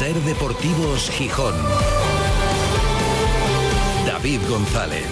Ser Deportivos Gijón. David González.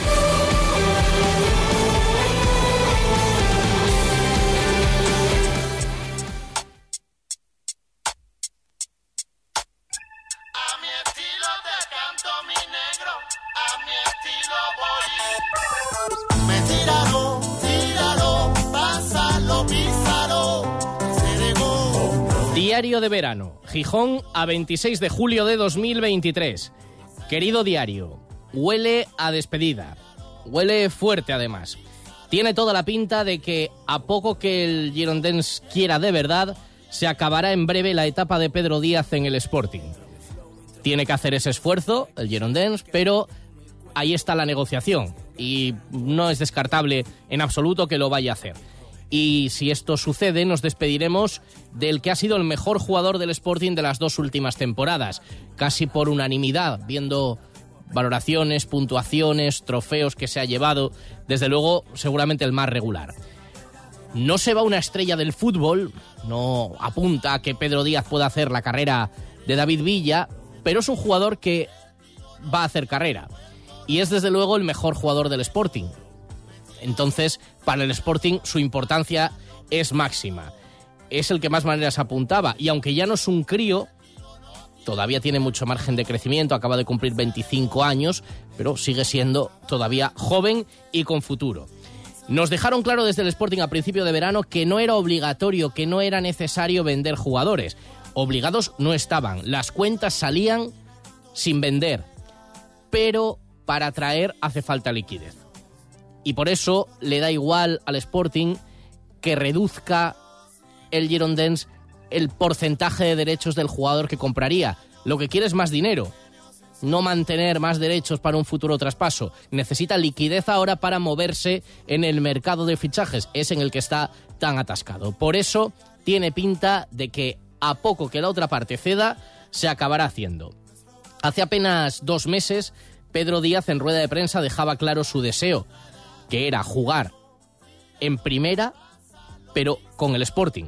Diario de verano, Gijón, a 26 de julio de 2023. Querido diario, huele a despedida. Huele fuerte, además. Tiene toda la pinta de que, a poco que el Girondins quiera de verdad, se acabará en breve la etapa de Pedro Díaz en el Sporting. Tiene que hacer ese esfuerzo, el Girondins, pero ahí está la negociación. Y no es descartable en absoluto que lo vaya a hacer. Y si esto sucede, nos despediremos del que ha sido el mejor jugador del Sporting de las 2 últimas temporadas. Casi por unanimidad, viendo valoraciones, puntuaciones, trofeos que se ha llevado. Desde luego, seguramente el más regular. No se va una estrella del fútbol, no apunta a que Pedro Díaz pueda hacer la carrera de David Villa, pero es un jugador que va a hacer carrera. Y es desde luego el mejor jugador del Sporting. Entonces, para el Sporting su importancia es máxima. Es el que más maneras apuntaba. Y aunque ya no es un crío, todavía tiene mucho margen de crecimiento, acaba de cumplir 25 años, pero sigue siendo todavía joven y con futuro. Nos dejaron claro desde el Sporting a principio de verano que no era obligatorio, que no era necesario vender jugadores. Obligados no estaban, las cuentas salían sin vender, pero para traer hace falta liquidez. Y por eso le da igual al Sporting que reduzca el Girondins el porcentaje de derechos del jugador que compraría. Lo que quiere es más dinero, no mantener más derechos para un futuro traspaso. Necesita liquidez ahora para moverse en el mercado de fichajes, es en el que está tan atascado. Por eso tiene pinta de que a poco que la otra parte ceda, se acabará haciendo. Hace apenas 2 meses, Pedro Díaz en rueda de prensa dejaba claro su deseo, que era jugar en primera, pero con el Sporting.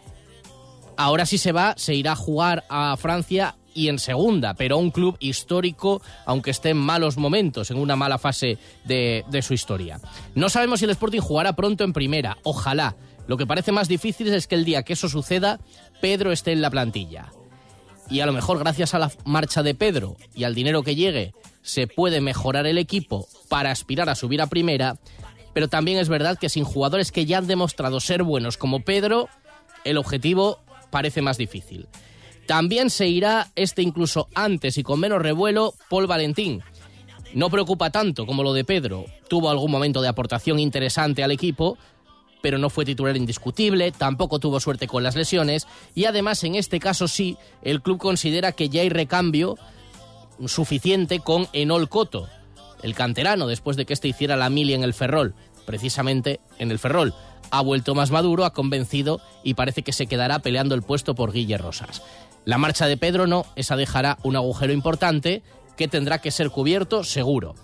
Ahora si se va, se irá a jugar a Francia y en segunda, pero a un club histórico, aunque esté en malos momentos, en una mala fase de su historia. No sabemos si el Sporting jugará pronto en primera, ojalá. Lo que parece más difícil es que el día que eso suceda, Pedro esté en la plantilla. Y a lo mejor gracias a la marcha de Pedro y al dinero que llegue, se puede mejorar el equipo para aspirar a subir a primera, pero también es verdad que sin jugadores que ya han demostrado ser buenos como Pedro, el objetivo parece más difícil. También se irá incluso antes y con menos revuelo, Pol Valentín. No preocupa tanto como lo de Pedro, tuvo algún momento de aportación interesante al equipo, pero no fue titular indiscutible, tampoco tuvo suerte con las lesiones, y además en este caso sí, el club considera que ya hay recambio suficiente con Enol Coto, el canterano, después de que hiciera la mili en el Ferrol, precisamente en el Ferrol. Ha vuelto más maduro, ha convencido y parece que se quedará peleando el puesto por Guille Rosas. La marcha de Pedro no, esa dejará un agujero importante que tendrá que ser cubierto seguro.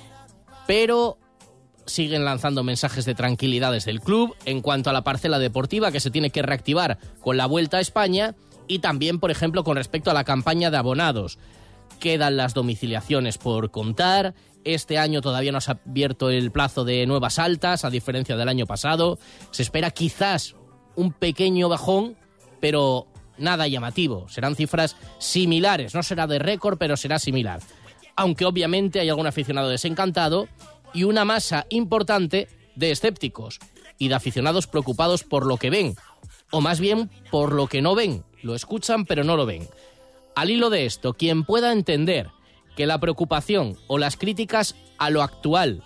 Pero siguen lanzando mensajes de tranquilidad desde el club en cuanto a la parcela deportiva que se tiene que reactivar con la vuelta a España y también, por ejemplo, con respecto a la campaña de abonados. Quedan las domiciliaciones por contar. Este año todavía no se ha abierto el plazo de nuevas altas, a diferencia del año pasado. Se espera quizás un pequeño bajón, pero nada llamativo. Serán cifras similares. No será de récord, pero será similar. Aunque obviamente hay algún aficionado desencantado y una masa importante de escépticos y de aficionados preocupados por lo que ven, o más bien por lo que no ven. Lo escuchan, pero no lo ven. Al hilo de esto, quien pueda entender que la preocupación o las críticas a lo actual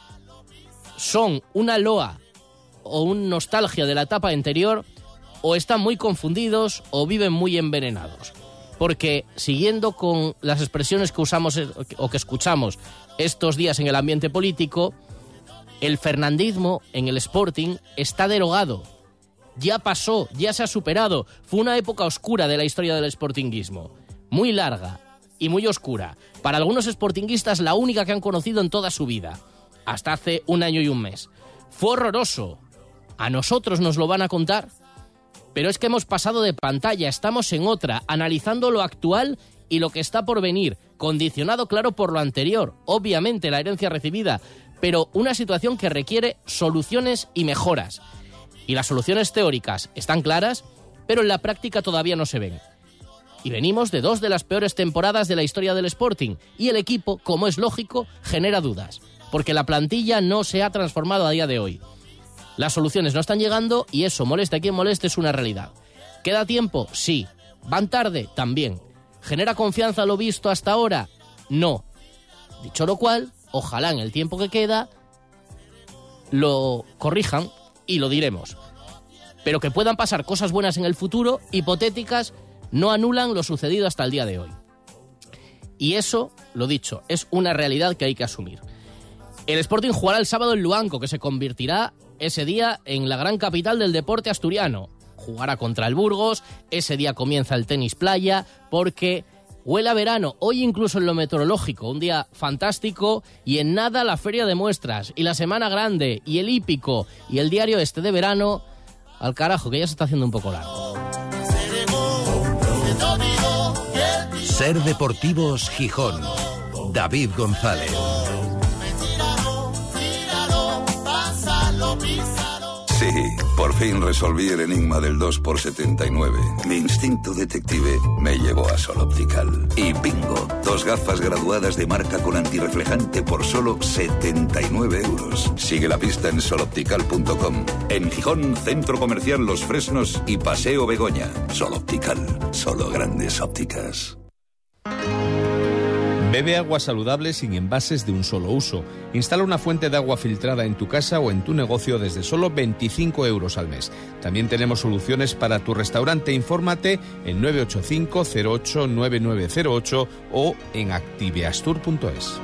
son una loa o una nostalgia de la etapa anterior, o están muy confundidos o viven muy envenenados. Porque siguiendo con las expresiones que usamos o que escuchamos estos días en el ambiente político, el fernandismo en el Sporting está derogado. Ya pasó, ya se ha superado. Fue una época oscura de la historia del sportinguismo. Muy larga y muy oscura. Para algunos sportinguistas la única que han conocido en toda su vida. Hasta hace 1 año y 1 mes. Fue horroroso. ¿A nosotros nos lo van a contar? Pero es que hemos pasado de pantalla, estamos en otra, analizando lo actual y lo que está por venir, condicionado, claro, por lo anterior, obviamente la herencia recibida, pero una situación que requiere soluciones y mejoras. Y las soluciones teóricas están claras, pero en la práctica todavía no se ven. Y venimos de 2 de las peores temporadas de la historia del Sporting, y el equipo, como es lógico, genera dudas, porque la plantilla no se ha transformado a día de hoy. Las soluciones no están llegando y eso, moleste a quien moleste, es una realidad. ¿Queda tiempo? Sí. ¿Van tarde? También. ¿Genera confianza lo visto hasta ahora? No. Dicho lo cual, ojalá en el tiempo que queda lo corrijan y lo diremos. Pero que puedan pasar cosas buenas en el futuro, hipotéticas, no anulan lo sucedido hasta el día de hoy. Y eso, lo dicho, es una realidad que hay que asumir. El Sporting jugará el sábado en Luanco, que se convertirá ese día en la gran capital del deporte asturiano. Jugará contra el Burgos, ese día comienza el tenis playa, porque huele a verano, hoy incluso en lo meteorológico, un día fantástico, y en nada la feria de muestras, y la semana grande, y el hípico, y el diario este de verano, al carajo, que ya se está haciendo un poco largo. Ser Deportivos Gijón. David González. Sí, por fin resolví el enigma del 2x79. Mi instinto detective me llevó a Sol Optical. Y bingo, 2 gafas graduadas de marca con antirreflejante por solo 79 euros. Sigue la pista en soloptical.com. En Gijón, Centro Comercial Los Fresnos y Paseo Begoña. Sol Optical, solo grandes ópticas. Bebe agua saludable sin envases de un solo uso. Instala una fuente de agua filtrada en tu casa o en tu negocio desde solo 25 euros al mes. También tenemos soluciones para tu restaurante. Infórmate en 985 08 9908 o en activeastur.es.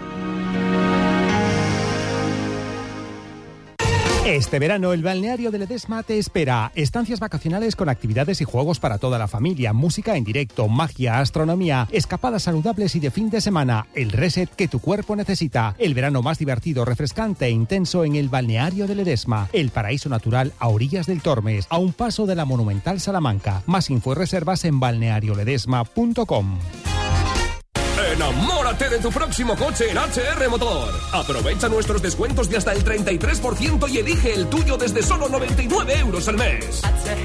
Este verano el balneario de Ledesma te espera. Estancias vacacionales con actividades y juegos para toda la familia, música en directo, magia, astronomía, escapadas saludables y de fin de semana. El reset que tu cuerpo necesita. El verano más divertido, refrescante e intenso en el balneario de Ledesma. El paraíso natural a orillas del Tormes, a un paso de la monumental Salamanca. Más info y reservas en balnearioledesma.com. Enamórate de tu próximo coche en HR Motor. Aprovecha nuestros descuentos de hasta el 33% y elige el tuyo desde solo 99 euros al mes.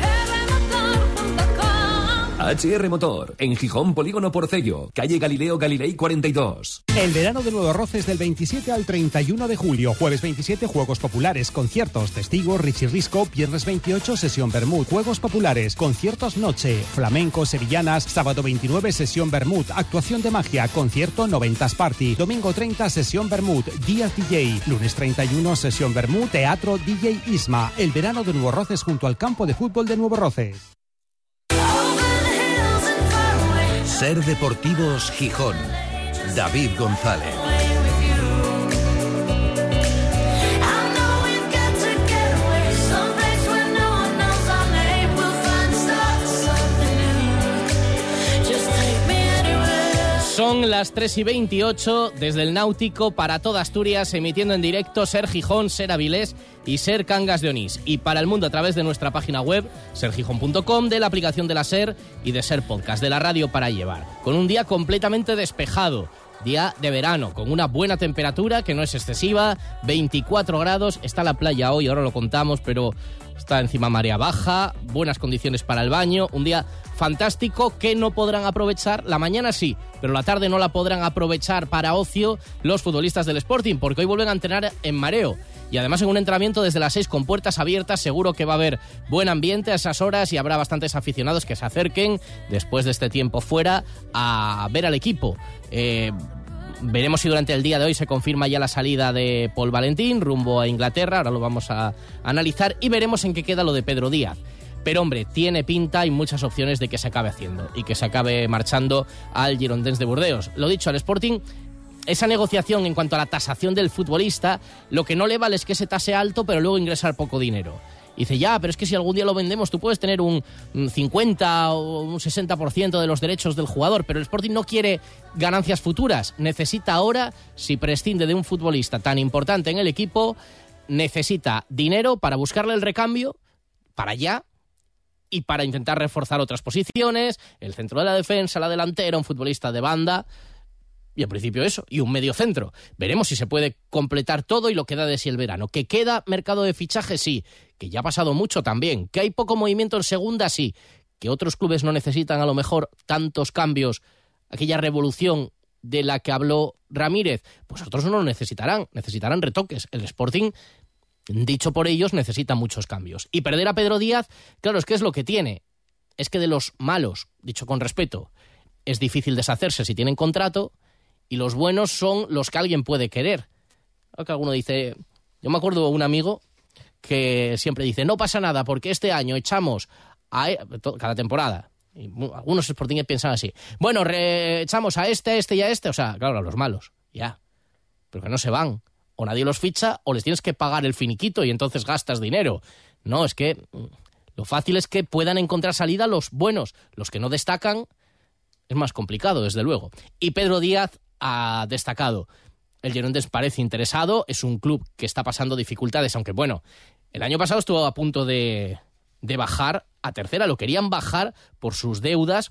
HR Motor, en Gijón, Polígono Porcello, calle Galileo Galilei 42. El verano de Nuevo Roces del 27 al 31 de julio. Jueves 27, Juegos Populares, conciertos, testigos, Richie Risco. Viernes 28, sesión Bermud, Juegos Populares, conciertos noche, flamenco, sevillanas. Sábado 29, sesión Bermud, actuación de magia, concierto 90s Party. Domingo 30, sesión Bermud, Díaz DJ. Lunes 31, sesión Bermud, teatro DJ Isma. El verano de Nuevo Roces junto al campo de fútbol de Nuevo Roces. Ser Deportivos Gijón. David González. Son las 3:28 desde el Náutico para toda Asturias, emitiendo en directo Ser Gijón, Ser Avilés y Ser Cangas de Onís. Y para el mundo a través de nuestra página web, sergijón.com, de la aplicación de la Ser y de Ser Podcast, de la radio para llevar. Con un día completamente despejado, día de verano, con una buena temperatura que no es excesiva, 24 grados, está la playa hoy, ahora lo contamos, pero está encima marea baja, buenas condiciones para el baño, un día fantástico que no podrán aprovechar, la mañana sí, pero la tarde no la podrán aprovechar para ocio los futbolistas del Sporting, porque hoy vuelven a entrenar en mareo. Y además en un entrenamiento desde las 6 con puertas abiertas, seguro que va a haber buen ambiente a esas horas y habrá bastantes aficionados que se acerquen después de este tiempo fuera a ver al equipo. Veremos si durante el día de hoy se confirma ya la salida de Paul Valentín rumbo a Inglaterra, ahora lo vamos a analizar y veremos en qué queda lo de Pedro Díaz. Pero hombre, tiene pinta y muchas opciones de que se acabe haciendo y que se acabe marchando al Girondins de Burdeos. Lo dicho, al Sporting, esa negociación en cuanto a la tasación del futbolista, lo que no le vale es que se tase alto pero luego ingresar poco dinero. Y dice, ya, pero es que si algún día lo vendemos tú puedes tener un 50 o un 60% de los derechos del jugador, pero el Sporting no quiere ganancias futuras, necesita ahora, si prescinde de un futbolista tan importante en el equipo, necesita dinero para buscarle el recambio, para allá, y para intentar reforzar otras posiciones, el centro de la defensa, la delantera, un futbolista de banda, y en principio eso, y un medio centro. Veremos si se puede completar todo y lo que da de sí el verano. ¿Que queda mercado de fichaje? Sí. Que ya ha pasado mucho también. ¿Que hay poco movimiento en segunda? Sí. ¿Que otros clubes no necesitan a lo mejor tantos cambios, aquella revolución de la que habló Ramírez? Pues otros no lo necesitarán retoques. El Sporting, dicho por ellos, necesita muchos cambios. Y perder a Pedro Díaz, claro, es que es lo que tiene. Es que de los malos, dicho con respeto, es difícil deshacerse si tienen contrato, y los buenos son los que alguien puede querer. Claro que alguno dice... Yo me acuerdo de un amigo que siempre dice, no pasa nada porque este año echamos cada temporada. Y algunos sportingues piensan así. Bueno, echamos a este y a este. O sea, claro, a los malos. Ya. Pero que no se van. O nadie los ficha o les tienes que pagar el finiquito y entonces gastas dinero. No, es que lo fácil es que puedan encontrar salida los buenos. Los que no destacan es más complicado, desde luego. Y Pedro Díaz ha destacado. El Girondins parece interesado. Es un club que está pasando dificultades, aunque bueno, el año pasado estuvo a punto de bajar a tercera. Lo querían bajar por sus deudas.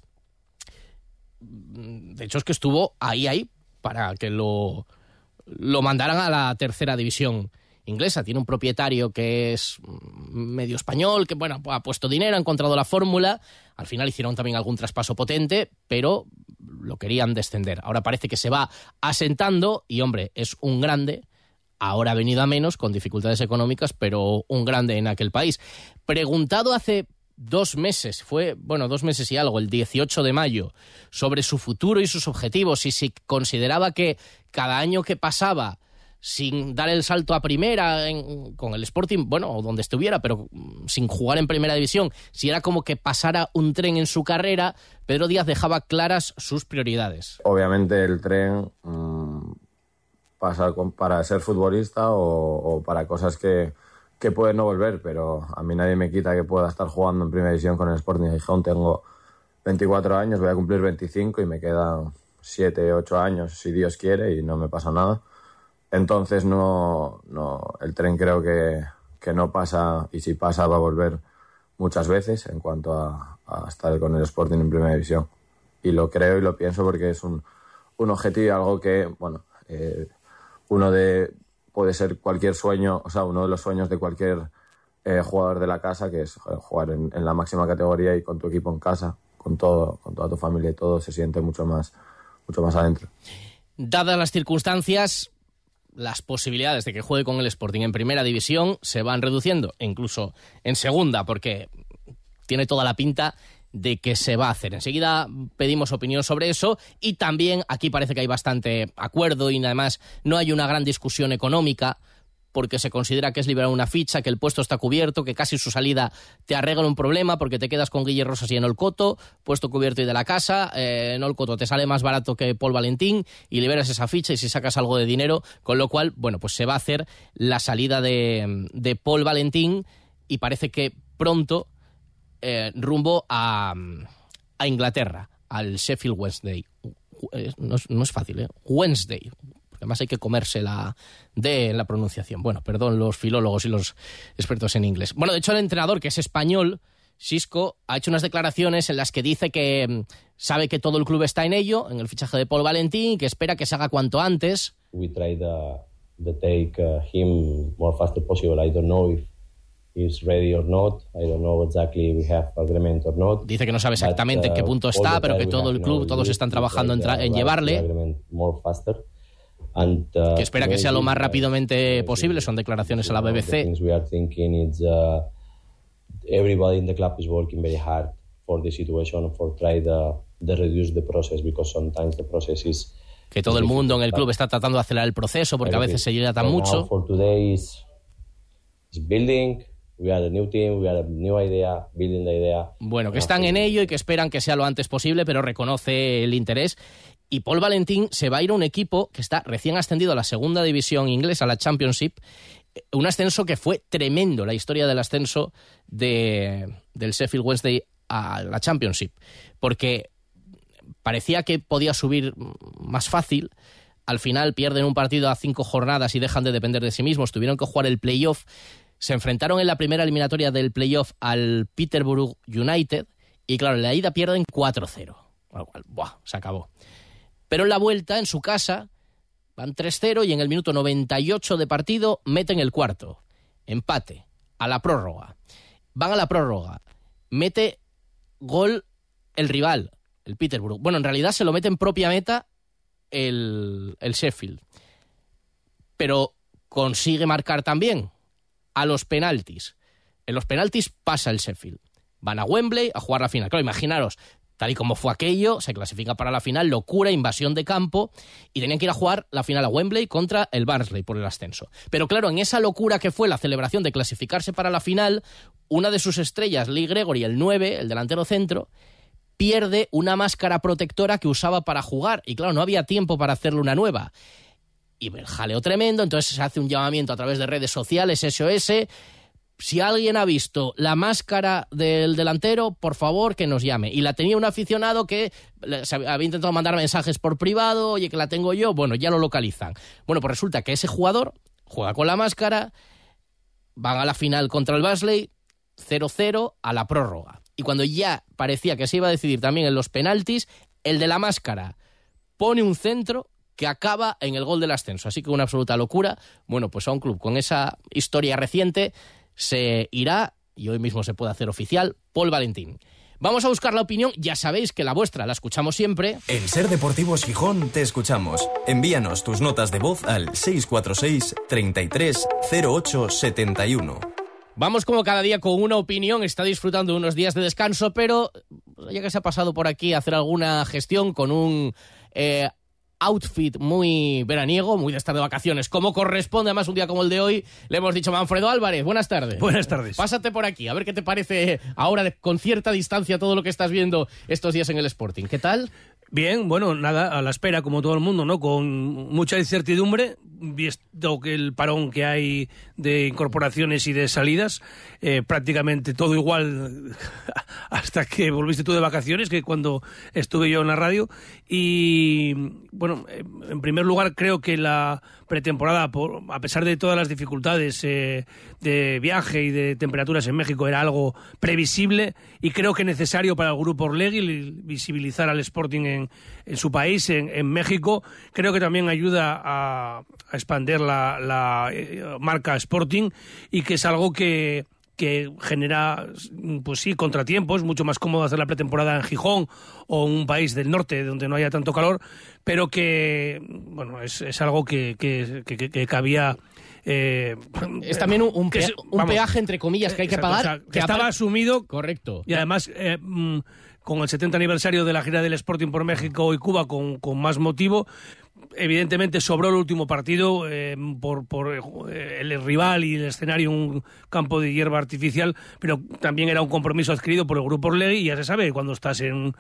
De hecho, es que estuvo ahí para que lo mandaran a la tercera división inglesa. Tiene un propietario que es medio español, que bueno, ha puesto dinero, ha encontrado la fórmula. Al final hicieron también algún traspaso potente, pero lo querían descender. Ahora parece que se va asentando y, hombre, es un grande. Ahora ha venido a menos, con dificultades económicas, pero un grande en aquel país. Preguntado hace 2 meses, fue, 2 meses y algo, el 18 de mayo, sobre su futuro y sus objetivos, y si consideraba que cada año que pasaba sin dar el salto a primera con el Sporting, o donde estuviera, pero sin jugar en primera división, si era como que pasara un tren en su carrera, Pedro Díaz dejaba claras sus prioridades. Obviamente el tren pasa para ser futbolista o para cosas que pueden no volver, pero a mí nadie me quita que pueda estar jugando en primera división con el Sporting de Gijón. Tengo 24 años, voy a cumplir 25 y me quedan 7, 8 años, si Dios quiere, y no me pasa nada. Entonces no, el tren creo que no pasa, y si pasa va a volver muchas veces en cuanto a estar con el Sporting en primera división. Y lo creo y lo pienso porque es un objetivo, algo que, puede ser cualquier sueño, o sea, uno de los sueños de cualquier jugador de la casa, que es jugar en la máxima categoría y con tu equipo en casa, con toda tu familia y todo, se siente mucho más adentro. Dadas las circunstancias, las posibilidades de que juegue con el Sporting en primera división se van reduciendo, e incluso en segunda, porque tiene toda la pinta de que se va a hacer. Enseguida pedimos opinión sobre eso, y también aquí parece que hay bastante acuerdo y además no hay una gran discusión económica, porque se considera que es liberar una ficha, que el puesto está cubierto, que casi su salida te arregla un problema porque te quedas con Guille Rosas y en Olcoto, puesto cubierto y de la casa. En Olcoto te sale más barato que Paul Valentín y liberas esa ficha y si sacas algo de dinero, con lo cual, pues se va a hacer la salida de Paul Valentín, y parece que pronto rumbo a Inglaterra, al Sheffield Wednesday. No es fácil, Wednesday. Además hay que comerse la D en la pronunciación. Perdón los filólogos y los expertos en inglés. De hecho el entrenador, que es español, Xisco, ha hecho unas declaraciones en las que dice que sabe que todo el club está en ello, en el fichaje de Paul Valentín, y que espera que se haga cuanto antes. We try to take him more faster possible. I don't know if he's ready or not. I don't know exactly if we have agreement or not. Dice que no sabe exactamente en qué punto está, pero que todo el club, todos están trabajando en llevarle. Que espera que sea lo más rápidamente posible. Son declaraciones a la BBC. Everybody in the club is working very hard for the situation, for try the reduce the process, because sometimes the process is. Que todo el mundo en el club está tratando de acelerar el proceso porque a veces se dilata mucho. For today is building. We are a new team, we are a new idea, building the idea. Que están en ello y que esperan que sea lo antes posible, pero reconoce el interés. Y Paul Valentín se va a ir a un equipo que está recién ascendido a la segunda división inglesa, a la Championship. Un ascenso que fue tremendo, la historia del ascenso del Sheffield Wednesday a la Championship. Porque parecía que podía subir más fácil. Al final pierden un partido a 5 jornadas y dejan de depender de sí mismos. Tuvieron que jugar el playoff. Se enfrentaron en la primera eliminatoria del playoff al Peterborough United y claro, en la ida pierden 4-0. Al cual, se acabó. Pero en la vuelta, en su casa, van 3-0 y en el minuto 98 de partido meten el cuarto. Empate, a la prórroga. Van a la prórroga. Mete gol el rival, el Peterborough. Bueno, en realidad se lo mete en propia meta el Sheffield. Pero consigue marcar también a los penaltis. En los penaltis pasa el Sheffield. Van a Wembley a jugar la final. Claro, imaginaros, tal y como fue aquello, se clasifica para la final, locura, invasión de campo, y tenían que ir a jugar la final a Wembley contra el Barnsley por el ascenso. Pero claro, en esa locura que fue la celebración de clasificarse para la final, una de sus estrellas, Lee Gregory, el 9, el delantero centro, pierde una máscara protectora que usaba para jugar, y claro, no había tiempo para hacerle una nueva. Y el jaleo tremendo, entonces se hace un llamamiento a través de redes sociales, SOS. Si alguien ha visto la máscara del delantero, por favor que nos llame. Y la tenía un aficionado que había intentado mandar mensajes por privado, oye, que la tengo yo, bueno, ya lo localizan. Bueno, pues resulta que ese jugador juega con la máscara, van a la final contra el Barnsley, 0-0 a la prórroga. Y cuando ya parecía que se iba a decidir también en los penaltis, el de la máscara pone un centro que acaba en el gol del ascenso. Así que una absoluta locura. Bueno, pues a un club con esa historia reciente se irá, y hoy mismo se puede hacer oficial, Paul Valentín. Vamos a buscar la opinión, ya sabéis que la vuestra la escuchamos siempre. En Ser Deportivos Gijón te escuchamos. Envíanos tus notas de voz al 646 33 08 71. Vamos como cada día con una opinión, está disfrutando de unos días de descanso, pero ya que se ha pasado por aquí a hacer alguna gestión con un outfit muy veraniego, muy de estar de vacaciones, como corresponde, además un día como el de hoy, le hemos dicho Manfredo Álvarez, buenas tardes. Buenas tardes. Pásate por aquí, a ver qué te parece ahora con cierta distancia todo lo que estás viendo estos días en el Sporting. ¿Qué tal? Bien, bueno, nada, a la espera, como todo el mundo, ¿no? Con mucha incertidumbre, visto que el parón que hay de incorporaciones y de salidas, prácticamente todo igual hasta que volviste tú de vacaciones, que cuando estuve yo en la radio. Y, bueno, en primer lugar, creo que la pretemporada, a pesar de todas las dificultades de viaje y de temperaturas en México, era algo previsible y creo que necesario para el grupo Orlegui visibilizar al Sporting en su país, en México. Creo que también ayuda a expandir la marca Sporting y que es algo que genera, pues sí, contratiempos. Mucho más cómodo hacer la pretemporada en Gijón o en un país del norte donde no haya tanto calor, pero que, bueno, es algo que cabía. Es también un peaje, entre comillas, que hay que pagar. O sea, que estaba asumido. Correcto. Y además, con el 70 aniversario de la gira del Sporting por México y Cuba, con más motivo, evidentemente sobró el último partido por el rival y el escenario, un campo de hierba artificial, pero también era un compromiso adquirido por el grupo Orlegui, y ya se sabe, cuando estás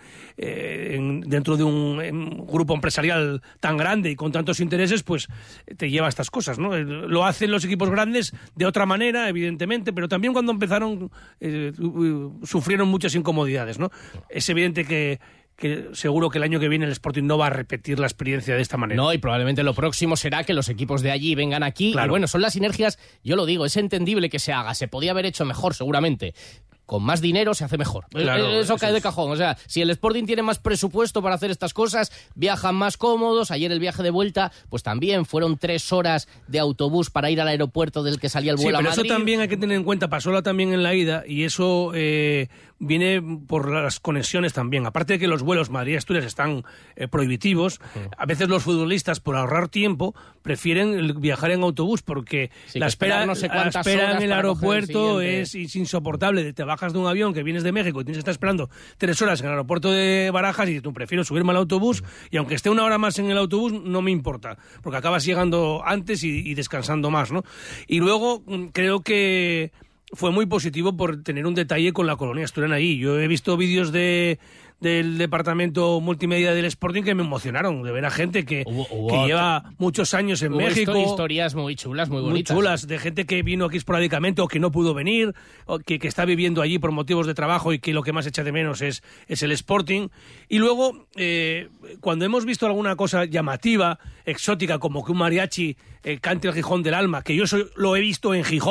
dentro de un grupo empresarial tan grande y con tantos intereses, pues te lleva a estas cosas, ¿no? Lo hacen los equipos grandes de otra manera, evidentemente, pero también cuando empezaron sufrieron muchas incomodidades, ¿no? Es evidente que seguro que el año que viene el Sporting no va a repetir la experiencia de esta manera. No, y probablemente lo próximo será que los equipos de allí vengan aquí. Claro. Y bueno, son las sinergias, yo lo digo, es entendible que se haga, se podía haber hecho mejor seguramente. Con más dinero se hace mejor. Claro, eso cae de cajón. O sea, si el Sporting tiene más presupuesto para hacer estas cosas, viajan más cómodos. Ayer el viaje de vuelta, pues también fueron 3 horas de autobús para ir al aeropuerto del que salía el vuelo a Madrid. Sí, pero eso también hay que tener en cuenta. Pasó también en la ida, y eso viene por las conexiones también. Aparte de que los vuelos Madrid-Asturias están prohibitivos, a veces los futbolistas, por ahorrar tiempo, prefieren viajar en autobús, porque la espera en el aeropuerto es insoportable. Te bajas de un avión que vienes de México y tienes que estar esperando 3 horas en el aeropuerto de Barajas y tú prefiero subirme al autobús, y aunque esté 1 hora más en el autobús no me importa, porque acabas llegando antes y descansando más, ¿no? Y luego creo que fue muy positivo por tener un detalle con la colonia asturiana ahí. Yo he visto vídeos del departamento multimedia del Sporting que me emocionaron, de ver a gente que lleva muchos años en México. Historias muy chulas, muy bonitas. Muy chulas, de gente que vino aquí esporádicamente o que no pudo venir, o que está viviendo allí por motivos de trabajo y que lo que más echa de menos es el Sporting. Y luego, cuando hemos visto alguna cosa llamativa, exótica, como que un mariachi cante el Gijón del alma, que yo lo he visto en Gijón,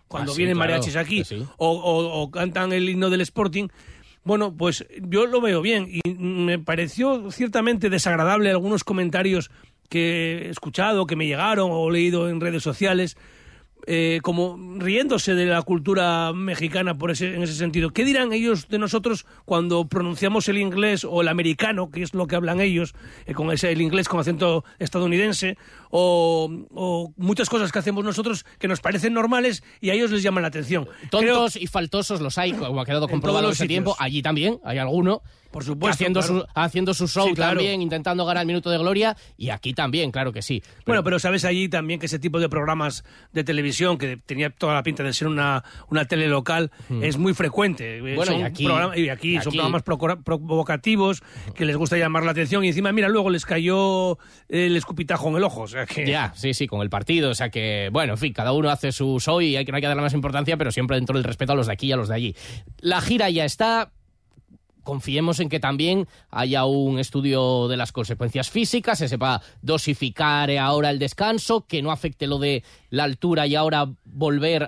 cuando vienen mariachis aquí, o cantan el himno del Sporting. Bueno, pues yo lo veo bien y me pareció ciertamente desagradable algunos comentarios que he escuchado, que me llegaron o leído en redes sociales, como riéndose de la cultura mexicana en ese sentido. ¿Qué dirán ellos de nosotros cuando pronunciamos el inglés o el americano, que es lo que hablan ellos, con el inglés con acento estadounidense, o muchas cosas que hacemos nosotros que nos parecen normales y a ellos les llaman la atención? Tontos y faltosos los hay, como ha quedado comprobado ese tiempo. Allí también hay alguno. Por supuesto, haciendo su show también, intentando ganar el minuto de gloria, y aquí también, claro que sí. Bueno, pero sabes allí también que ese tipo de programas de televisión, que tenía toda la pinta de ser una tele local, es muy frecuente. Bueno, y aquí son programas provocativos, que les gusta llamar la atención, y encima, mira, luego les cayó el escupitajo en el ojo, o sea que... Ya, sí, con el partido, o sea que, bueno, en fin, cada uno hace su show y no hay que darle más importancia, pero siempre dentro del respeto a los de aquí y a los de allí. La gira ya está... Confiemos en que también haya un estudio de las consecuencias físicas, se sepa dosificar ahora el descanso, que no afecte lo de la altura y ahora volver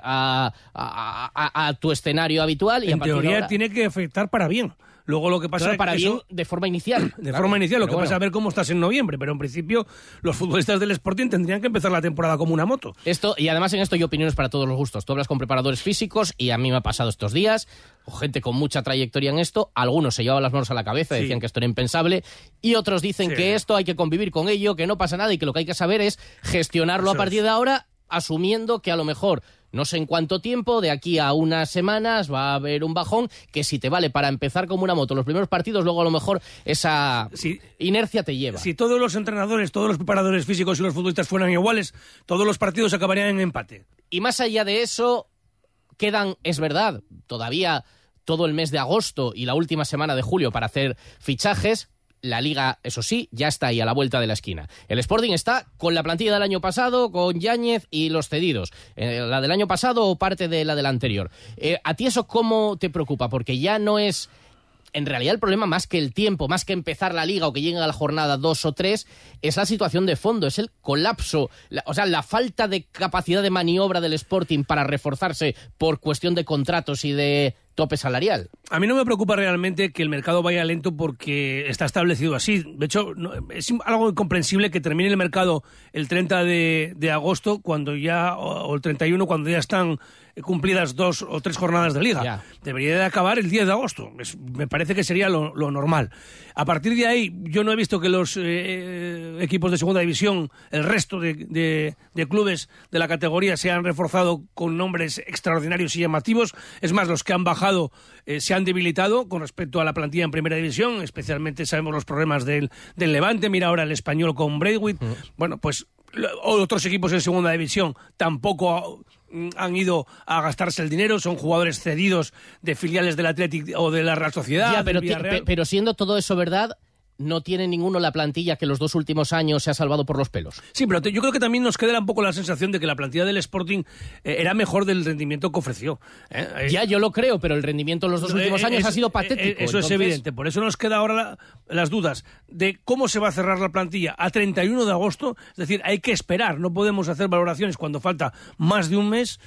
a tu escenario habitual. Y en teoría tiene que afectar para bien. Luego lo que pasa es para que bien de forma inicial. Lo que pasa es ver cómo estás en noviembre, pero en principio los futbolistas del Sporting tendrían que empezar la temporada como una moto. Y además en esto hay opiniones para todos los gustos. Tú hablas con preparadores físicos y a mí me ha pasado estos días, o gente con mucha trayectoria en esto, algunos se llevaban las manos a la cabeza, decían que esto era impensable, y otros dicen que esto hay que convivir con ello, que no pasa nada y que lo que hay que saber es gestionarlo a partir de ahora, asumiendo que a lo mejor... No sé en cuánto tiempo, de aquí a unas semanas va a haber un bajón que si te vale para empezar como una moto los primeros partidos, luego a lo mejor esa inercia te lleva. Si todos los entrenadores, todos los preparadores físicos y los futbolistas fueran iguales, todos los partidos acabarían en empate. Y más allá de eso, quedan, es verdad, todavía todo el mes de agosto y la última semana de julio para hacer fichajes. La Liga, eso sí, ya está ahí a la vuelta de la esquina. El Sporting está con la plantilla del año pasado, con Yáñez y los cedidos. La del año pasado o parte de la del anterior. ¿A ti eso cómo te preocupa? Porque ya no es... En realidad el problema, más que el tiempo, más que empezar la Liga o que lleguen a la jornada 2 o 3, es la situación de fondo, es el colapso, la falta de capacidad de maniobra del Sporting para reforzarse por cuestión de contratos y de tope salarial. A mí no me preocupa realmente que el mercado vaya lento porque está establecido así. De hecho, es algo incomprensible que termine el mercado el 30 de agosto cuando o el 31 cuando ya están cumplidas 2 o 3 jornadas de Liga. Ya. Debería de acabar el 10 de agosto. Me parece que sería lo normal. A partir de ahí, yo no he visto que los equipos de segunda división, el resto de clubes de la categoría se han reforzado con nombres extraordinarios y llamativos. Es más, los que han bajado se han debilitado con respecto a la plantilla en primera división, especialmente sabemos los problemas del Levante, mira ahora el Español con Braithwaite. Bueno, pues otros equipos en segunda división tampoco han ido a gastarse el dinero, son jugadores cedidos de filiales del Athletic o de la Real Sociedad. Ya, pero siendo todo eso verdad, no tiene ninguno la plantilla que los 2 últimos años se ha salvado por los pelos. Sí, pero yo creo que también nos queda un poco la sensación de que la plantilla del Sporting era mejor del rendimiento que ofreció. Ya, yo lo creo, pero el rendimiento en los 2 últimos años ha sido patético. Eso es evidente. Por eso nos queda ahora las dudas de cómo se va a cerrar la plantilla a 31 de agosto. Es decir, hay que esperar. No podemos hacer valoraciones cuando falta más de un mes.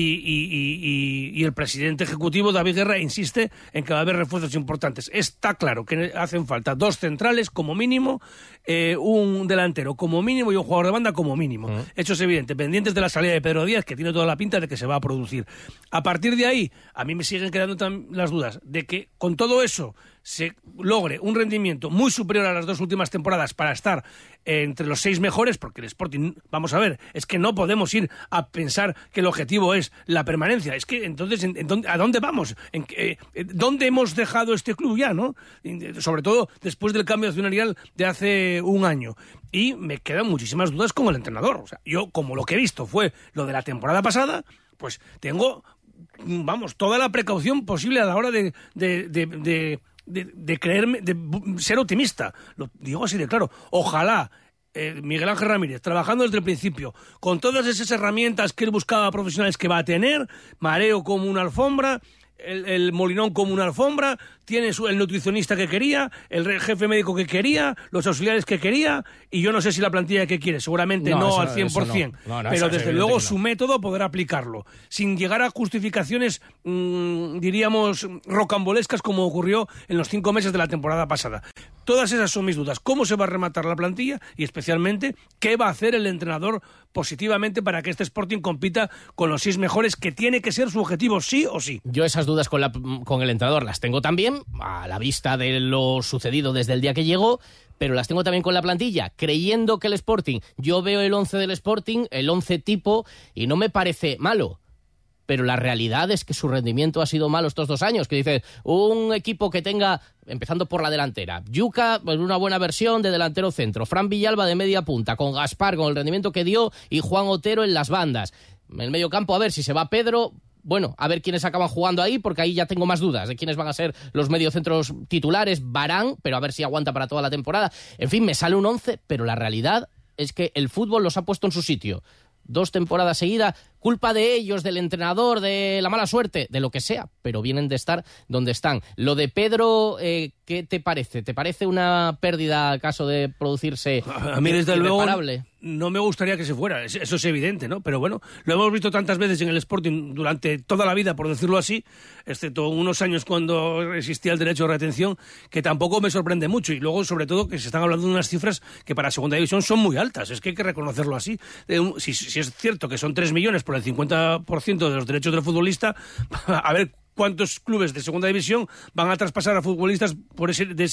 Y el presidente ejecutivo, David Guerra, insiste en que va a haber refuerzos importantes. Está claro que hacen falta 2 centrales como mínimo, un delantero como mínimo y un jugador de banda como mínimo. Eso es evidente, pendientes de la salida de Pedro Díaz, que tiene toda la pinta de que se va a producir. A partir de ahí, a mí me siguen quedando las dudas de que con todo eso se logre un rendimiento muy superior a las 2 últimas temporadas para estar entre los 6 mejores, porque el Sporting, vamos a ver, es que no podemos ir a pensar que el objetivo es la permanencia. Es que entonces, ¿a dónde vamos? ¿Dónde hemos dejado este club ya, no? Sobre todo después del cambio accionarial de hace un año. Y me quedan muchísimas dudas con el entrenador. O sea, yo, como lo que he visto fue lo de la temporada pasada, pues tengo, toda la precaución posible a la hora de creerme, de ser optimista. Lo digo así de claro. Ojalá Miguel Ángel Ramírez, trabajando desde el principio, con todas esas herramientas que él buscaba profesionales que va a tener, mareo como una alfombra, el Molinón como una alfombra, tiene el nutricionista que quería, el jefe médico que quería, los auxiliares que quería, y yo no sé si la plantilla que quiere, seguramente no al 100%, pero desde luego su método podrá aplicarlo, sin llegar a justificaciones, diríamos, rocambolescas como ocurrió en los 5 meses de la temporada pasada. Todas esas son mis dudas. ¿Cómo se va a rematar la plantilla? Y especialmente, ¿qué va a hacer el entrenador positivamente para que este Sporting compita con los 6 mejores, que tiene que ser su objetivo, sí o sí? Yo esas dudas con el entrenador las tengo también, a la vista de lo sucedido desde el día que llegó, pero las tengo también con la plantilla, creyendo que el Sporting, yo veo el 11 del Sporting, el 11 tipo, y no me parece malo. Pero la realidad es que su rendimiento ha sido malo estos 2 años, que dice, un equipo que tenga, empezando por la delantera, Yuca, pues una buena versión de delantero centro, Fran Villalba de media punta, con Gaspar, con el rendimiento que dio, y Juan Otero en las bandas. En el medio campo, a ver si se va Pedro, bueno, a ver quiénes acaban jugando ahí, porque ahí ya tengo más dudas de quiénes van a ser los mediocentros titulares, Varane, pero a ver si aguanta para toda la temporada. En fin, me sale un 11, pero la realidad es que el fútbol los ha puesto en su sitio. 2 temporadas seguidas, culpa de ellos, del entrenador, de la mala suerte, de lo que sea, pero vienen de estar donde están. Lo de Pedro, ¿qué te parece? ¿Te parece una pérdida al caso de producirse a mí, desde luego, no me gustaría que se fuera, eso es evidente, ¿no? Pero bueno, lo hemos visto tantas veces en el Sporting durante toda la vida, por decirlo así, excepto unos años cuando existía el derecho de retención, que tampoco me sorprende mucho. Y luego, sobre todo, que se están hablando de unas cifras que para segunda división son muy altas, es que hay que reconocerlo así. Si es cierto que son 3 millones por el 50% de los derechos del futbolista, a ver cuántos clubes de segunda división van a traspasar a futbolistas por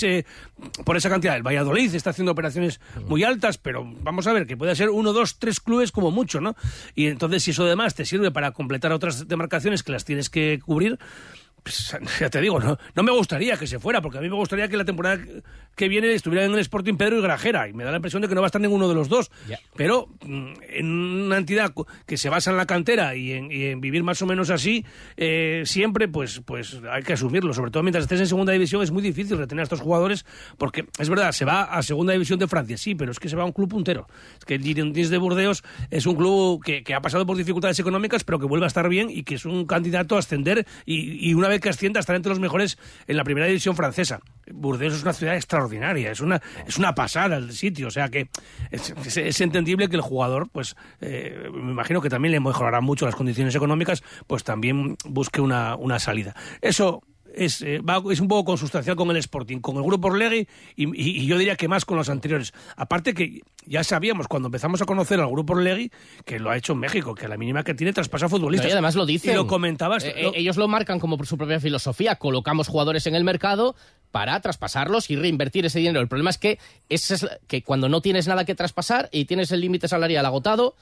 esa cantidad. El Valladolid está haciendo operaciones muy altas, pero vamos a ver, que puede ser 1, 2, 3 clubes como mucho, ¿no? Y entonces, si eso además te sirve para completar otras demarcaciones que las tienes que cubrir, pues, ya te digo, no me gustaría que se fuera, porque a mí me gustaría que la temporada que viene estuviera en el Sporting Pedro y Grajera, y me da la impresión de que no va a estar ninguno de los dos. Yeah. Pero en una entidad que se basa en la cantera y en vivir más o menos así, siempre pues hay que asumirlo. Sobre todo mientras estés en segunda división es muy difícil retener a estos jugadores, porque es verdad, se va a segunda división de Francia, sí, pero es que se va a un club puntero. Es que el Girondins de Burdeos es un club que ha pasado por dificultades económicas, pero que vuelve a estar bien y que es un candidato a ascender, y una vez que ascienda estará entre los mejores en la primera división francesa. Burdeos es una ciudad extraordinaria, es una pasada el sitio, o sea que es entendible que el jugador, pues me imagino que también le mejorará mucho las condiciones económicas, pues también busque una salida. Eso es un poco consustancial con el Sporting, con el Grupo Orlegui y yo diría que más con los anteriores. Aparte que ya sabíamos cuando empezamos a conocer al Grupo Orlegui que lo ha hecho en México, que a la mínima que tiene traspasa futbolistas. No, y además lo dicen. Y lo comentabas. Ellos lo marcan como por su propia filosofía. Colocamos jugadores en el mercado para traspasarlos y reinvertir ese dinero. El problema es que cuando no tienes nada que traspasar y tienes el límite salarial agotado,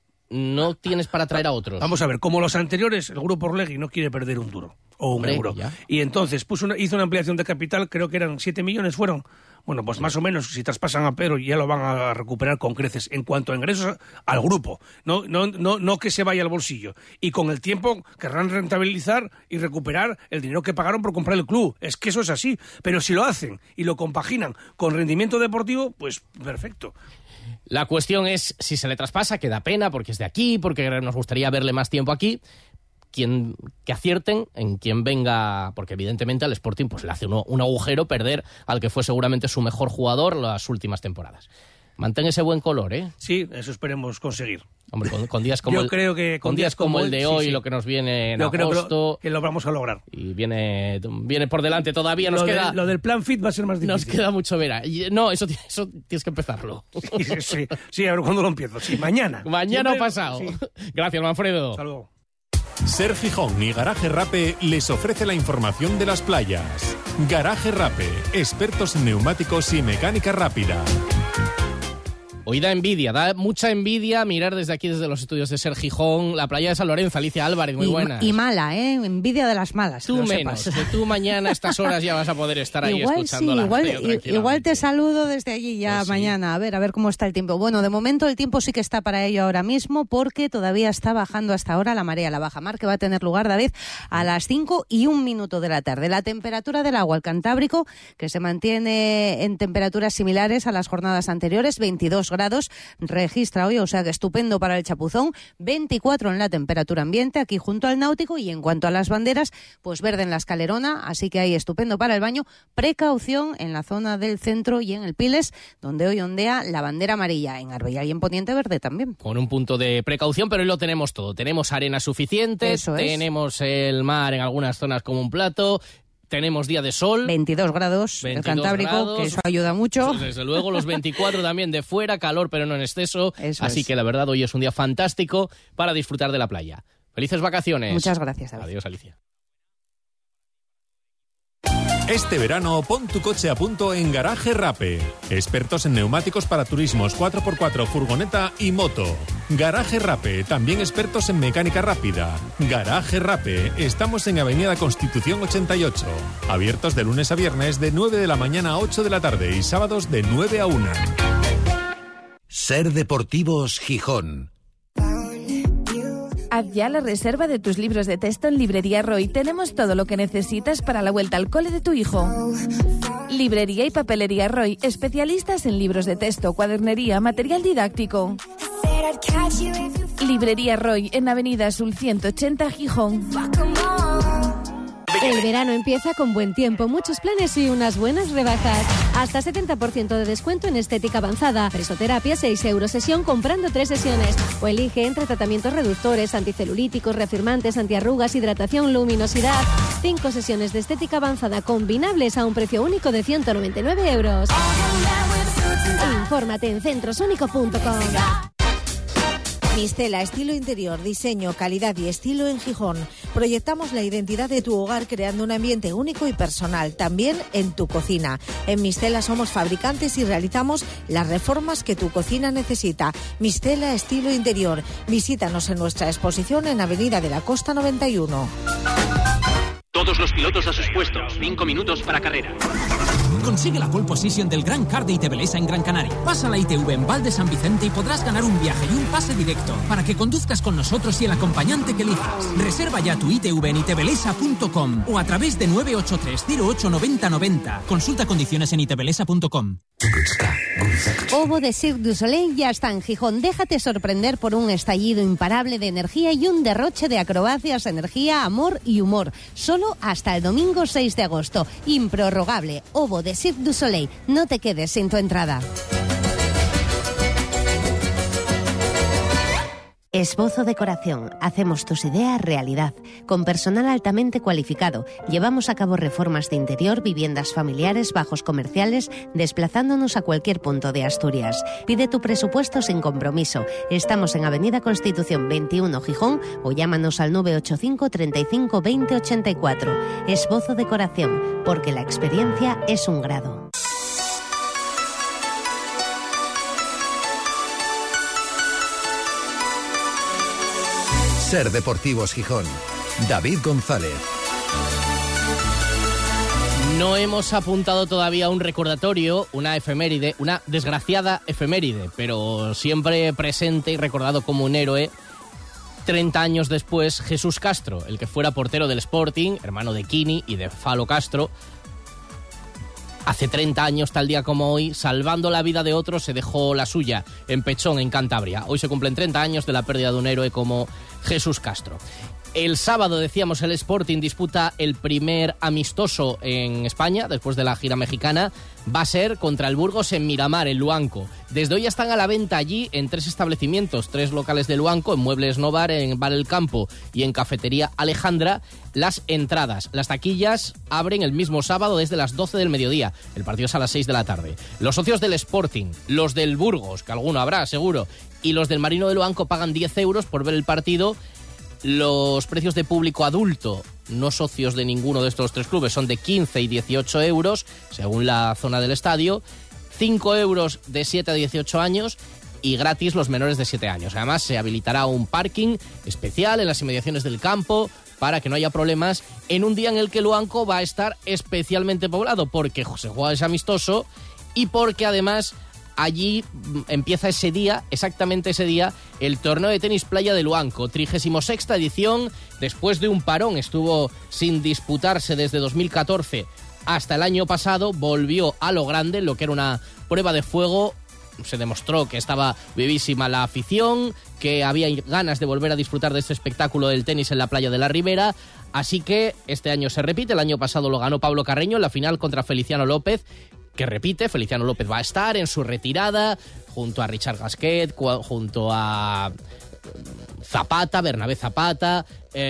no tienes para traer a otros. Vamos a ver, como los anteriores, el Grupo Orlegui no quiere perder un duro o un euro. Ya. Y entonces hizo una ampliación de capital, creo que eran 7 millones fueron. Bueno, pues más o menos, si traspasan a Pedro ya lo van a recuperar con creces en cuanto a ingresos al grupo, no que se vaya al bolsillo. Y con el tiempo querrán rentabilizar y recuperar el dinero que pagaron por comprar el club. Es que eso es así. Pero si lo hacen y lo compaginan con rendimiento deportivo, pues perfecto. La cuestión es si se le traspasa, que da pena porque es de aquí, porque nos gustaría verle más tiempo aquí. Que acierten en quien venga, porque evidentemente al Sporting pues le hace un agujero perder al que fue seguramente su mejor jugador las últimas temporadas. Mantén ese buen color, ¿eh? Sí, eso esperemos conseguir. Hombre, con días como creo que con días como el de hoy, sí. Lo que nos viene en agosto, creo que lo vamos a lograr. Y viene por delante todavía. Lo del plan fit va a ser más difícil. Nos queda mucho ver. No, eso tienes que empezarlo. Sí, a ver cuándo lo empiezo. Sí, mañana. Mañana o pasado. Sí. Gracias, Manfredo. Hasta luego. Ser Gijón y Garaje Rape les ofrece la información de las playas. Garaje Rape, expertos en neumáticos y mecánica rápida. Hoy da mucha envidia mirar desde aquí, desde los estudios de Ser Gijón, la playa de San Lorenzo. Alicia Álvarez, muy buenas. Y mala, envidia de las malas. Tú menos, que tú mañana a estas horas ya vas a poder estar ahí escuchando la radio. Igual te saludo desde allí ya pues mañana, sí. A ver cómo está el tiempo. Bueno, de momento el tiempo sí que está para ello ahora mismo, porque todavía está bajando hasta ahora la marea, la bajamar, que va a tener lugar, David, a las 5:01 de la tarde. La temperatura del agua, el Cantábrico, que se mantiene en temperaturas similares a las jornadas anteriores, 22 grados registra hoy, o sea que estupendo para el chapuzón, 24 en la temperatura ambiente aquí junto al Náutico, y en cuanto a las banderas, pues verde en la Escalerona, así que ahí estupendo para el baño. Precaución en la zona del centro y en el Piles, donde hoy ondea la bandera amarilla, en Arbella y en Poniente verde también. Con un punto de precaución, pero hoy lo tenemos todo. Tenemos arena suficiente, tenemos el mar en algunas zonas como un plato, tenemos día de sol. 22 grados el Cantábrico, que eso ayuda mucho. Desde luego, los 24 también de fuera, calor pero no en exceso. Así que la verdad hoy es un día fantástico para disfrutar de la playa. Felices vacaciones. Muchas gracias, David. Adiós, Alicia. Este verano pon tu coche a punto en Garaje Rape. Expertos en neumáticos para turismos 4x4, furgoneta y moto. Garaje Rape, también expertos en mecánica rápida. Garaje Rape, estamos en Avenida Constitución 88. Abiertos de lunes a viernes de 9 de la mañana a 8 de la tarde y sábados de 9 a 1. Ser Deportivos Gijón. Haz ya la reserva de tus libros de texto en Librería Roy. Tenemos todo lo que necesitas para la vuelta al cole de tu hijo. Librería y Papelería Roy, especialistas en libros de texto, cuadernería, material didáctico. Librería Roy, en Avenida Azul 180, Gijón. El verano empieza con buen tiempo, muchos planes y unas buenas rebajas. Hasta 70% de descuento en estética avanzada. Presoterapia, 6 € sesión comprando 3 sesiones. O elige entre tratamientos reductores, anticelulíticos, reafirmantes, antiarrugas, hidratación, luminosidad. 5 sesiones de estética avanzada combinables a un precio único de 199 €. Infórmate en centrosúnico.com. Mistela, estilo interior, diseño, calidad y estilo en Gijón. Proyectamos la identidad de tu hogar creando un ambiente único y personal, también en tu cocina. En Mistela somos fabricantes y realizamos las reformas que tu cocina necesita. Mistela, estilo interior. Visítanos en nuestra exposición en Avenida de la Costa 91. Todos los pilotos a sus puestos. 5 minutos para carrera. Consigue la pole position del Gran Car de Itebelesa en Gran Canaria. Pasa la ITV en Val de San Vicente y podrás ganar un viaje y un pase directo para que conduzcas con nosotros y el acompañante que elijas. Reserva ya tu ITV en itebelesa.com o a través de 983 08 90 90. Consulta condiciones en itebelesa.com. Ovo de Cirque du Soleil ya está en Gijón. Déjate sorprender por un estallido imparable de energía y un derroche de acrobacias, energía, amor y humor. Solo hasta el domingo 6 de agosto. Improrrogable. Ovo de Cirque du Soleil. No te quedes sin tu entrada. Esbozo Decoración. Hacemos tus ideas realidad. Con personal altamente cualificado, llevamos a cabo reformas de interior, viviendas familiares, bajos comerciales, desplazándonos a cualquier punto de Asturias. Pide tu presupuesto sin compromiso. Estamos en Avenida Constitución 21, Gijón, o llámanos al 985 35 20 84. Esbozo Decoración, porque la experiencia es un grado. Ser Deportivos Gijón. David González. No hemos apuntado todavía un recordatorio, una efeméride, una desgraciada efeméride, pero siempre presente y recordado como un héroe. 30 años después, Jesús Castro, el que fuera portero del Sporting, hermano de Quini y de Falo Castro. Hace 30 años, tal día como hoy, salvando la vida de otros, se dejó la suya en Pechón, en Cantabria. Hoy se cumplen 30 años de la pérdida de un héroe como Jesús Castro. El sábado, decíamos, el Sporting disputa el primer amistoso en España, después de la gira mexicana. Va a ser contra el Burgos en Miramar, en Luanco. Desde hoy están a la venta allí en 3 establecimientos, 3 locales de Luanco, en Muebles Novar, en Bar El Campo y en Cafetería Alejandra, las entradas. Las taquillas abren el mismo sábado desde las 12 del mediodía. El partido es a las 6 de la tarde. Los socios del Sporting, los del Burgos, que alguno habrá seguro, y los del Marino de Luanco pagan 10 € por ver el partido. Los precios de público adulto, no socios de ninguno de estos 3 clubes, son de 15 y 18 €, según la zona del estadio. 5 € de 7 a 18 años y gratis los menores de 7 años. Además, se habilitará un parking especial en las inmediaciones del campo para que no haya problemas en un día en el que Luanco va a estar especialmente poblado, porque se juega ese amistoso y porque además allí empieza ese día, exactamente ese día, el torneo de tenis playa de Luanco, 36ª edición, después de un parón, estuvo sin disputarse desde 2014 hasta el año pasado, volvió a lo grande, lo que era una prueba de fuego se demostró que estaba vivísima la afición, que había ganas de volver a disfrutar de este espectáculo del tenis en la playa de la Ribera. Así que este año se repite. El año pasado lo ganó Pablo Carreño en la final contra Feliciano López, que repite. Feliciano López va a estar en su retirada junto a Richard Gasquet, junto a Zapata, Bernabé Zapata,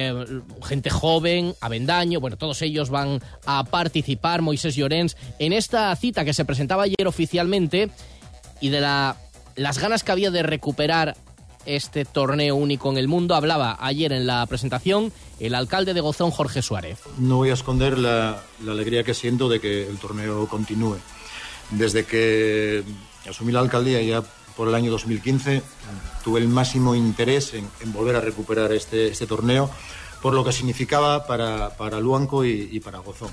gente joven, Avendaño, bueno, todos ellos van a participar, Moisés Llorens, en esta cita que se presentaba ayer oficialmente, y de las ganas que había de recuperar este torneo único en el mundo. Hablaba ayer en la presentación el alcalde de Gozón, Jorge Suárez. No voy a esconder la alegría que siento de que el torneo continúe. Desde que asumí la alcaldía ya por el año 2015, tuve el máximo interés en volver a recuperar este torneo, por lo que significaba para Luanco y para Gozón.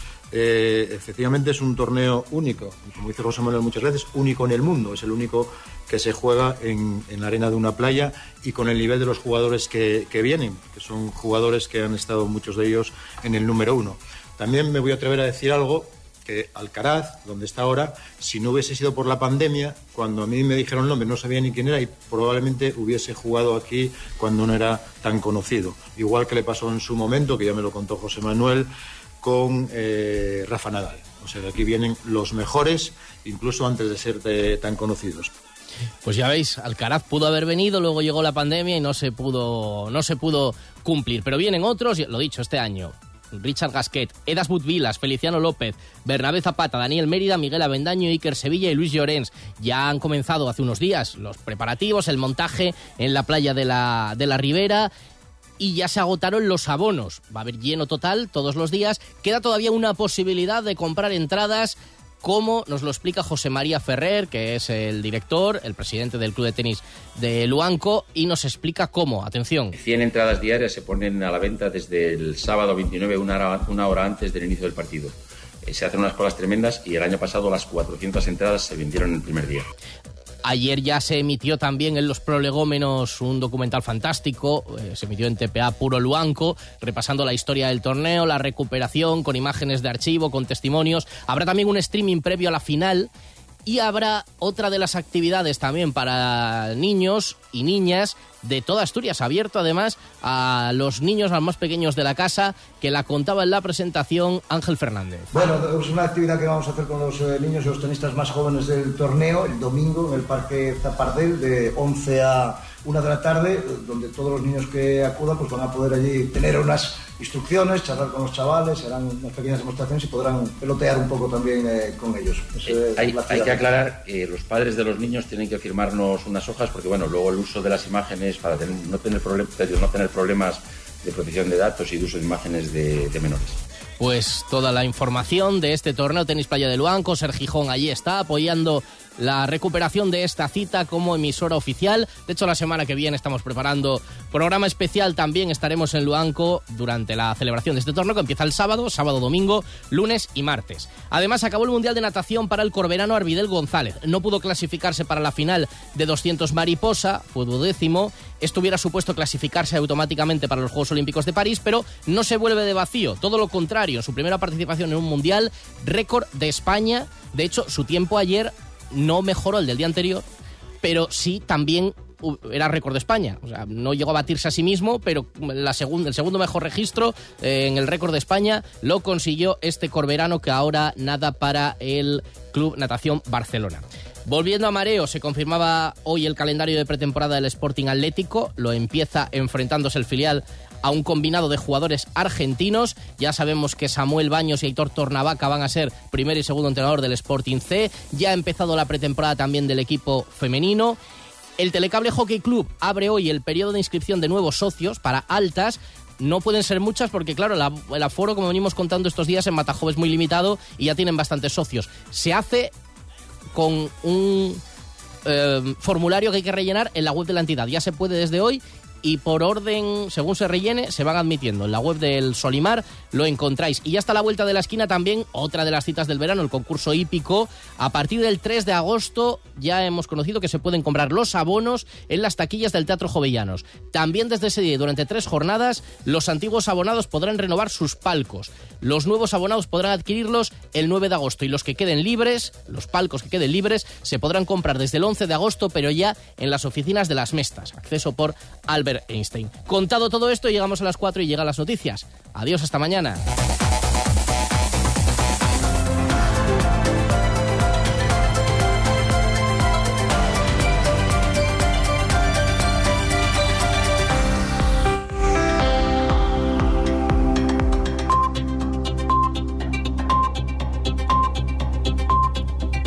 Efectivamente es un torneo único, y como dice José Manuel muchas veces, único en el mundo. Es el único que se juega en la arena de una playa y con el nivel de los jugadores que vienen, que son jugadores que han estado muchos de ellos en el número 1. También me voy a atrever a decir algo, que Alcaraz, donde está ahora, si no hubiese sido por la pandemia, cuando a mí me dijeron el nombre no sabía ni quién era y probablemente hubiese jugado aquí cuando no era tan conocido. Igual que le pasó en su momento, que ya me lo contó José Manuel, con Rafa Nadal. O sea, de aquí vienen los mejores, incluso antes de ser tan conocidos. Pues ya veis, Alcaraz pudo haber venido, luego llegó la pandemia y no se pudo cumplir. Pero vienen otros, lo dicho, este año. Richard Gasquet, Edas Butvilas, Feliciano López, Bernabé Zapata, Daniel Mérida, Miguel Avendaño, Iker Sevilla y Luis Llorens. Ya han comenzado hace unos días los preparativos, el montaje en la playa de la Ribera, y ya se agotaron los abonos. Va a haber lleno total todos los días. Queda todavía una posibilidad de comprar entradas, como nos lo explica José María Ferrer, que es el director, el presidente del Club de Tenis de Luanco, y nos explica cómo. Atención. 100 entradas diarias se ponen a la venta desde el sábado 29, una hora antes del inicio del partido. Se hacen unas colas tremendas y el año pasado las 400 entradas se vendieron el primer día. Ayer ya se emitió también en Los Prolegómenos un documental fantástico, se emitió en TPA Puro Luanco, repasando la historia del torneo, la recuperación, con imágenes de archivo, con testimonios. Habrá también un streaming previo a la final y habrá otra de las actividades también para niños y niñas de toda Asturias, abierto además a los niños, a los más pequeños de la casa, que la contaba en la presentación Ángel Fernández. Bueno, es una actividad que vamos a hacer con los niños y los tenistas más jóvenes del torneo el domingo en el Parque Zapardel de 11 a 1 de la tarde, donde todos los niños que acudan pues van a poder allí tener unas instrucciones, charlar con los chavales, harán unas pequeñas demostraciones y podrán pelotear un poco también con ellos. Hay que aclarar, los padres de los niños tienen que firmarnos unas hojas porque bueno, luego el uso de las imágenes para no tener problemas de protección de datos y de uso de imágenes de menores. Pues toda la información de este torneo Tenis Playa de Luanco, Ser Gijón allí está apoyando la recuperación de esta cita como emisora oficial. De hecho, la semana que viene estamos preparando programa especial. También estaremos en Luanco durante la celebración de este torneo, que empieza el sábado, domingo, lunes y martes. Además, acabó el Mundial de Natación para el corberano Arvidel González. No pudo clasificarse para la final de 200 mariposa, fue 12º. Esto hubiera supuesto clasificarse automáticamente para los Juegos Olímpicos de París, pero no se vuelve de vacío. Todo lo contrario, su primera participación en un Mundial, récord de España. De hecho, su tiempo ayer no mejoró el del día anterior, pero sí también era récord de España. O sea, no llegó a batirse a sí mismo, pero el segundo mejor registro en el récord de España lo consiguió este corberano, que ahora nada para el Club Natación Barcelona. Volviendo a mareo, se confirmaba hoy el calendario de pretemporada del Sporting Atlético. Lo empieza enfrentándose el filial a un combinado de jugadores argentinos. Ya sabemos que Samuel Baños y Aitor Tornavaca van a ser primer y segundo entrenador del Sporting C. Ya ha empezado la pretemporada también del equipo femenino. El Telecable Hockey Club abre hoy el periodo de inscripción de nuevos socios para altas. No pueden ser muchas porque, claro, el aforo, como venimos contando estos días, en Matajo es muy limitado y ya tienen bastantes socios. Se hace con un formulario que hay que rellenar en la web de la entidad. Ya se puede desde hoy y por orden, según se rellene, se van admitiendo. En la web del Solimar lo encontráis. Y ya está a la vuelta de la esquina también otra de las citas del verano, el concurso hípico. A partir del 3 de agosto ya hemos conocido que se pueden comprar los abonos en las taquillas del Teatro Jovellanos. También desde ese día y durante 3 jornadas, los antiguos abonados podrán renovar sus palcos. Los nuevos abonados podrán adquirirlos el 9 de agosto y los que queden libres, los palcos que queden libres, se podrán comprar desde el 11 de agosto, pero ya en las oficinas de Las Mestas. Acceso por Albert Einstein. Contado todo esto, llegamos a las 4 y llegan las noticias. Adiós, hasta mañana.